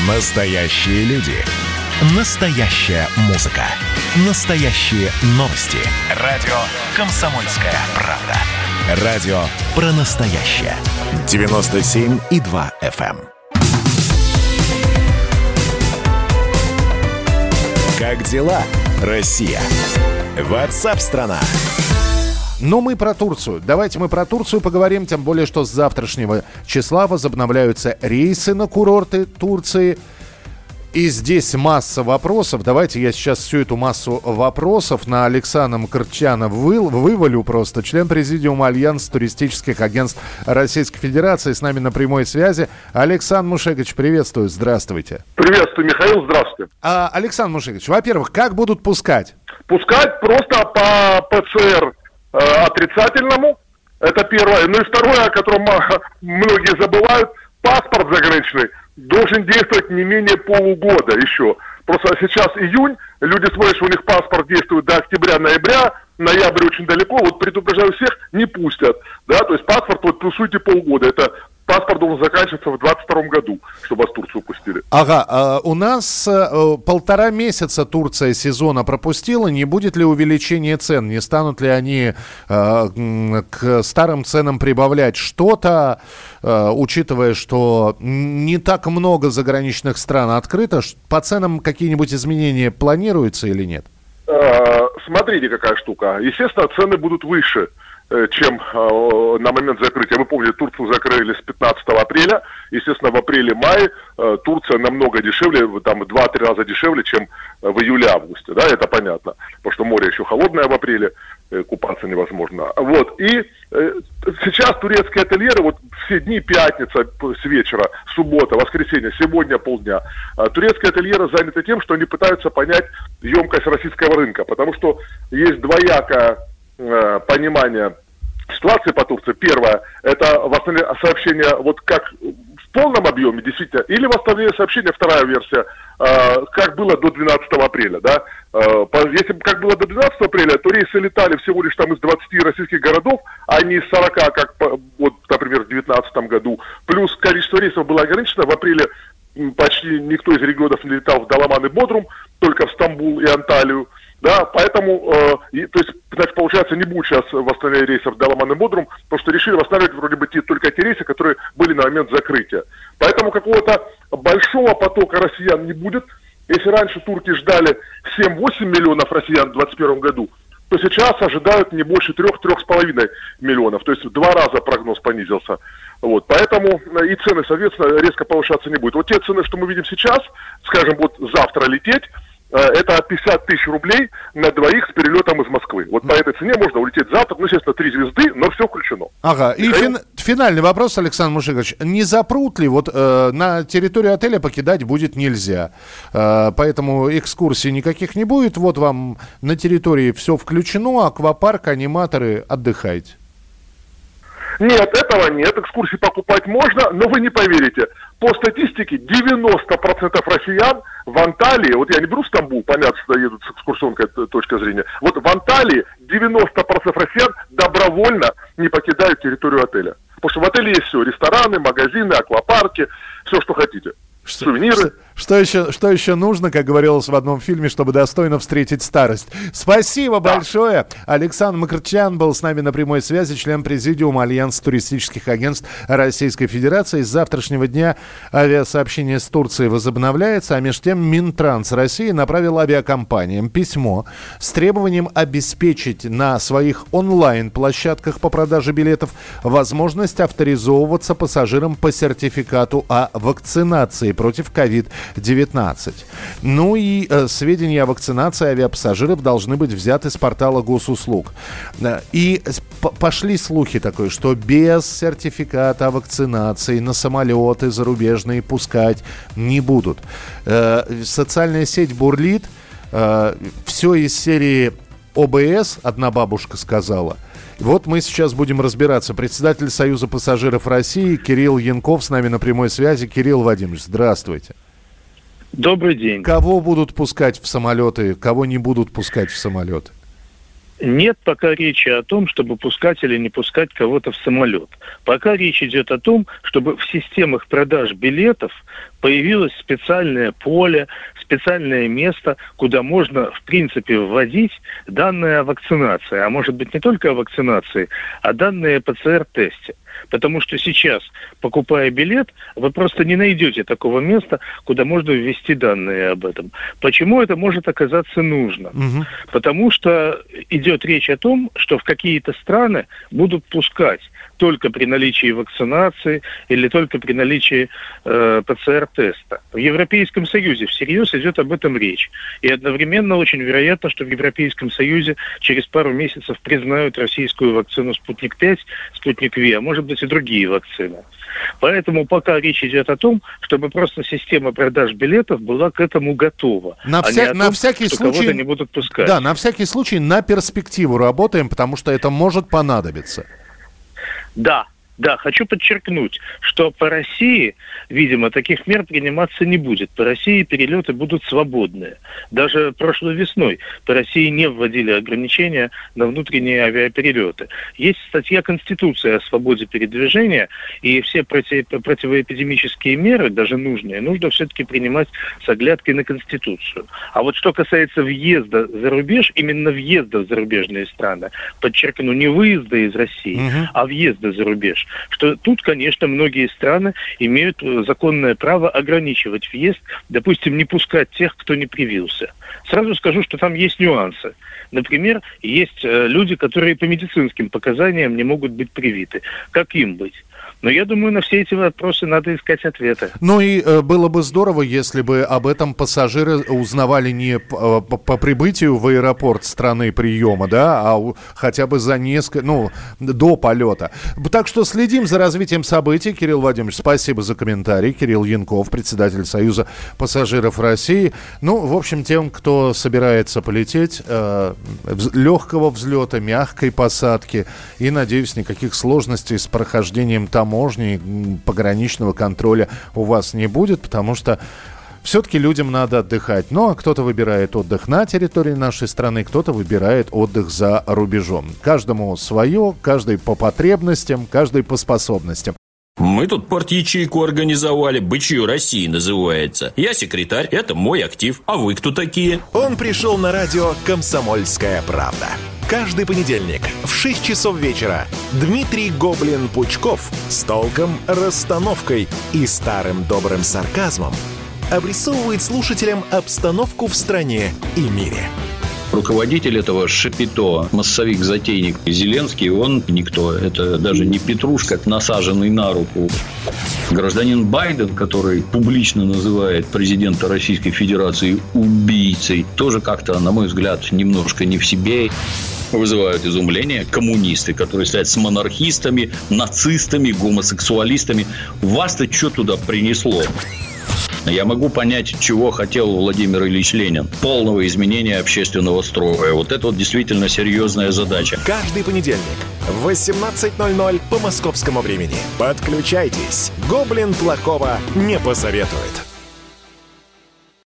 Настоящие люди. Настоящая музыка. Настоящие новости. Радио «Комсомольская правда». Радио про настоящее. 97,2 FM. Как дела, Россия? WhatsApp-страна. Но мы про Турцию. Давайте мы про Турцию поговорим, тем более, что с завтрашнего числа возобновляются рейсы на курорты Турции. И здесь масса вопросов. Давайте я сейчас всю эту массу вопросов на Александра Мкртчяна вывалю просто. Член президиума Альянса туристических агентств Российской Федерации с нами на прямой связи. Александр Мушекович, приветствую. Здравствуйте. Приветствую, Михаил. Здравствуйте. Александр Мушекович, во-первых, как будут пускать? Пускать просто по ПЦР отрицательному. Это первое. Ну и второе, о котором многие забывают. Паспорт заграничный должен действовать не менее полугода еще. Просто сейчас июнь, люди смотрят, что у них паспорт действует до октября-ноября, ноябрь очень далеко, вот предупреждаю всех, не пустят. Да, то есть паспорт, вот по сути, полгода. Это паспорт должен заканчиваться в 2022 году, чтобы вас в Турцию пустили. Ага, у нас 1,5 месяца Турция сезона пропустила. Не будет ли увеличения цен? Не станут ли они к старым ценам прибавлять что-то, учитывая, что не так много заграничных стран открыто? По ценам какие-нибудь изменения планируются или нет? Смотрите, какая штука. Естественно, цены будут выше, чем на момент закрытия. Вы помните, Турцию закрыли с 15 апреля. Естественно, в апреле-мае Турция намного дешевле, там 2-3 раза дешевле, чем в июле-августе. Да, это понятно. Потому что море еще холодное в апреле, купаться невозможно. Вот. И сейчас турецкие ательеры, вот все дни, пятница с вечера, суббота, воскресенье, сегодня полдня, турецкие ательеры заняты тем, что они пытаются понять емкость российского рынка. Потому что есть двоякое понимание ситуации по Турции. Первое, это восстановление сообщения вот как в полном объеме, действительно, или восстановление сообщения, вторая версия, как было до 12 апреля, да. Если бы как было до 12 апреля, то рейсы летали всего лишь там из 20 российских городов, а не из 40, как вот, например, в 2019 году. Плюс количество рейсов было ограничено. В апреле почти никто из регионов не летал в Даламан и Бодрум, только в Стамбул и Анталию. Да, поэтому, то есть, значит, получается, не будет сейчас восстановления рейсов Даламан и Бодрум, потому что решили восстанавливать вроде бы только те рейсы, которые были на момент закрытия. Поэтому какого-то большого потока россиян не будет. Если раньше турки ждали 7-8 миллионов россиян в 2021 году, то сейчас ожидают не больше 3-3,5 миллионов. То есть в 2 раза прогноз понизился. Вот, поэтому и цены, соответственно, резко повышаться не будут. Вот те цены, что мы видим сейчас, скажем, вот завтра лететь, это 50 тысяч рублей на двоих с перелетом из Москвы. Вот по этой цене можно улететь завтра, ну, естественно, 3 звезды, но все включено. Ага, и финальный вопрос, Александр Мушекович. Не запрут ли, вот на территорию отеля покидать будет нельзя, поэтому экскурсий никаких не будет, вот вам на территории все включено, аквапарк, аниматоры, отдыхайте. Нет, этого нет. Экскурсии покупать можно, но вы не поверите. По статистике 90% россиян в Анталии, вот я не беру Стамбул, понятно, что едут с экскурсионной точки зрения, вот в Анталии 90% россиян добровольно не покидают территорию отеля. Потому что в отеле есть все, рестораны, магазины, аквапарки, все, что хотите. Сувениры. Что еще нужно, как говорилось в одном фильме, чтобы достойно встретить старость? Спасибо большое. Александр Мкртчян был с нами на прямой связи, член президиума Альянса туристических агентств Российской Федерации. С завтрашнего дня авиасообщение с Турцией возобновляется, а между тем Минтранс России направил авиакомпаниям письмо с требованием обеспечить на своих онлайн-площадках по продаже билетов возможность авторизовываться пассажирам по сертификату о вакцинации против COVID-19. Ну и сведения о вакцинации авиапассажиров должны быть взяты с портала госуслуг. И пошли слухи такой, что без сертификата о вакцинации на самолеты зарубежные пускать не будут. Социальная сеть бурлит. Все из серии ОБС, одна бабушка сказала. Вот мы сейчас будем разбираться. Председатель Союза пассажиров России Кирилл Янков с нами на прямой связи. Кирилл Владимирович, здравствуйте. Добрый день. Кого будут пускать в самолеты, кого не будут пускать в самолеты? Нет пока речи о том, чтобы пускать или не пускать кого-то в самолет. Пока речь идет о том, чтобы в системах продаж билетов появилось специальное поле, специальное место, куда можно, в принципе, вводить данные о вакцинации. А может быть, не только о вакцинации, а данные о ПЦР-тесте. Потому что сейчас, покупая билет, вы просто не найдете такого места, куда можно ввести данные об этом. Почему это может оказаться нужно? Потому что идет речь о том, что в какие-то страны будут пускать только при наличии вакцинации или только при наличии ПЦР-теста. В Европейском Союзе всерьез идет об этом речь. И одновременно очень вероятно, что в Европейском Союзе через пару месяцев признают российскую вакцину «Спутник-5», «Спутник-Ви», а может быть и другие вакцины. Поэтому пока речь идет о том, чтобы просто система продаж билетов была к этому готова. На всякий случай кого-то не будут пускать. Да, на всякий случай на перспективу работаем, потому что это может понадобиться. Да, хочу подчеркнуть, что по России, видимо, таких мер приниматься не будет. По России перелеты будут свободные. Даже прошлой весной по России не вводили ограничения на внутренние авиаперелеты. Есть статья Конституции о свободе передвижения, и все противоэпидемические меры, даже нужные, нужно все-таки принимать с оглядкой на Конституцию. А вот что касается въезда за рубеж, именно въезда в зарубежные страны, подчеркну, не выезда из России, а въезда за рубеж, что тут, конечно, многие страны имеют законное право ограничивать въезд, допустим, не пускать тех, кто не привился. Сразу скажу, что там есть нюансы. Например, есть люди, которые по медицинским показаниям не могут быть привиты. Как им быть? Но я думаю, на все эти вопросы надо искать ответы. Ну и было бы здорово, если бы об этом пассажиры узнавали не по прибытию в аэропорт страны приема, да, а хотя бы за до полета. Так что следим за развитием событий. Кирилл Владимирович, спасибо за комментарий. Кирилл Янков, председатель Союза пассажиров России. Ну, в общем, тем, кто собирается полететь, легкого взлета, мягкой посадки и, надеюсь, никаких сложностей с прохождением таможни, пограничного контроля у вас не будет, потому что все-таки людям надо отдыхать. Ну, а кто-то выбирает отдых на территории нашей страны, кто-то выбирает отдых за рубежом. Каждому свое, каждый по потребностям, каждый по способностям. Мы тут порт-ячейку организовали, «Бычье России» называется. Я секретарь, это мой актив. А вы кто такие? Он пришел на радио «Комсомольская правда». Каждый понедельник в 6 часов вечера Дмитрий Гоблин-Пучков с толком, расстановкой и старым добрым сарказмом обрисовывает слушателям обстановку в стране и мире. Руководитель этого шапито, массовик-затейник Зеленский, он никто. Это даже не петрушка, насаженный на руку. Гражданин Байден, который публично называет президента Российской Федерации убийцей, тоже как-то, на мой взгляд, немножко не в себе. Вызывают изумление коммунисты, которые стоят с монархистами, нацистами, гомосексуалистами. Вас-то что туда принесло? Я могу понять, чего хотел Владимир Ильич Ленин. Полного изменения общественного строя. Вот это вот действительно серьезная задача. Каждый понедельник в 18:00 по московскому времени. Подключайтесь. Гоблин плохого не посоветует.